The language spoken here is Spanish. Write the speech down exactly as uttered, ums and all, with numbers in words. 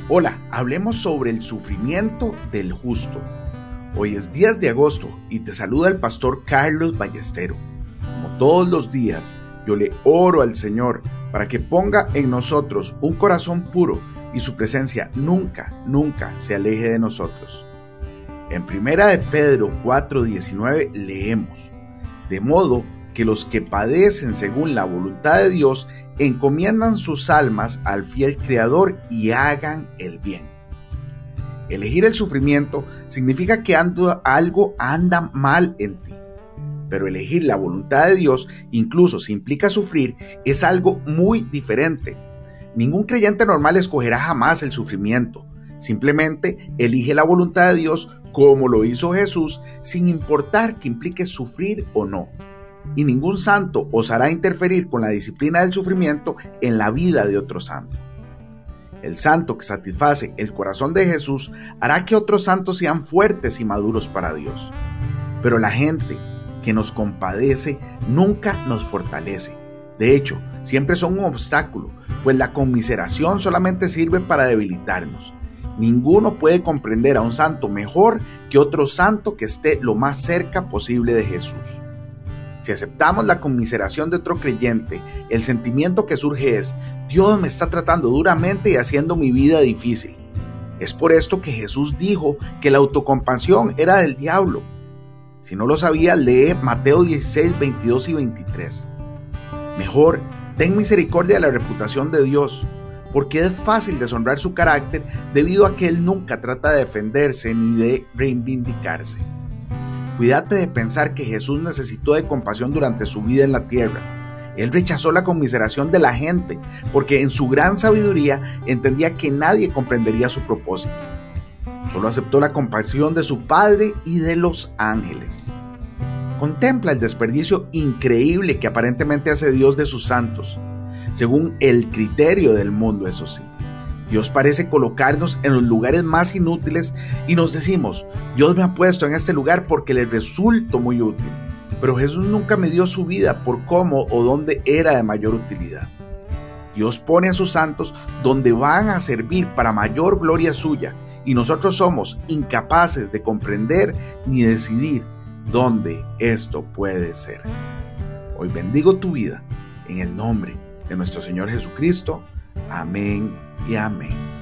Hola, hablemos sobre el sufrimiento del justo. Hoy es diez de agosto y te saluda el pastor Carlos Ballestero. Como todos los días, yo le oro al Señor para que ponga en nosotros un corazón puro y su presencia nunca, nunca se aleje de nosotros. En primera de Pedro cuatro diecinueve leemos: de modo que los que padecen según la voluntad de Dios encomiendan sus almas al fiel Creador y hagan el bien. Elegir el sufrimiento significa que ando, algo anda mal en ti, pero elegir la voluntad de Dios, incluso si implica sufrir, es algo muy diferente. Ningún creyente normal escogerá jamás el sufrimiento, simplemente elige la voluntad de Dios como lo hizo Jesús, sin importar que implique sufrir o no. Y ningún santo osará interferir con la disciplina del sufrimiento en la vida de otro santo. El santo que satisface el corazón de Jesús hará que otros santos sean fuertes y maduros para Dios. Pero la gente que nos compadece nunca nos fortalece. De hecho, siempre son un obstáculo, pues la conmiseración solamente sirve para debilitarnos. Ninguno puede comprender a un santo mejor que otro santo que esté lo más cerca posible de Jesús. Si aceptamos la conmiseración de otro creyente, el sentimiento que surge es: Dios me está tratando duramente y haciendo mi vida difícil. Es por esto que Jesús dijo que la autocompasión era del diablo. Si no lo sabía, lee Mateo dieciséis, veintidós y veintitrés. Mejor, ten misericordia de la reputación de Dios, porque es fácil deshonrar su carácter debido a que Él nunca trata de defenderse ni de reivindicarse. Cuídate de pensar que Jesús necesitó de compasión durante su vida en la tierra. Él rechazó la conmiseración de la gente porque en su gran sabiduría entendía que nadie comprendería su propósito. Solo aceptó la compasión de su Padre y de los ángeles. Contempla el desperdicio increíble que aparentemente hace Dios de sus santos, según el criterio del mundo, eso sí. Dios parece colocarnos en los lugares más inútiles y nos decimos: Dios me ha puesto en este lugar porque le resulto muy útil. Pero Jesús nunca me dio su vida por cómo o dónde era de mayor utilidad. Dios pone a sus santos donde van a servir para mayor gloria suya, y nosotros somos incapaces de comprender ni decidir dónde esto puede ser. Hoy bendigo tu vida en el nombre de nuestro Señor Jesucristo. Amén y amén.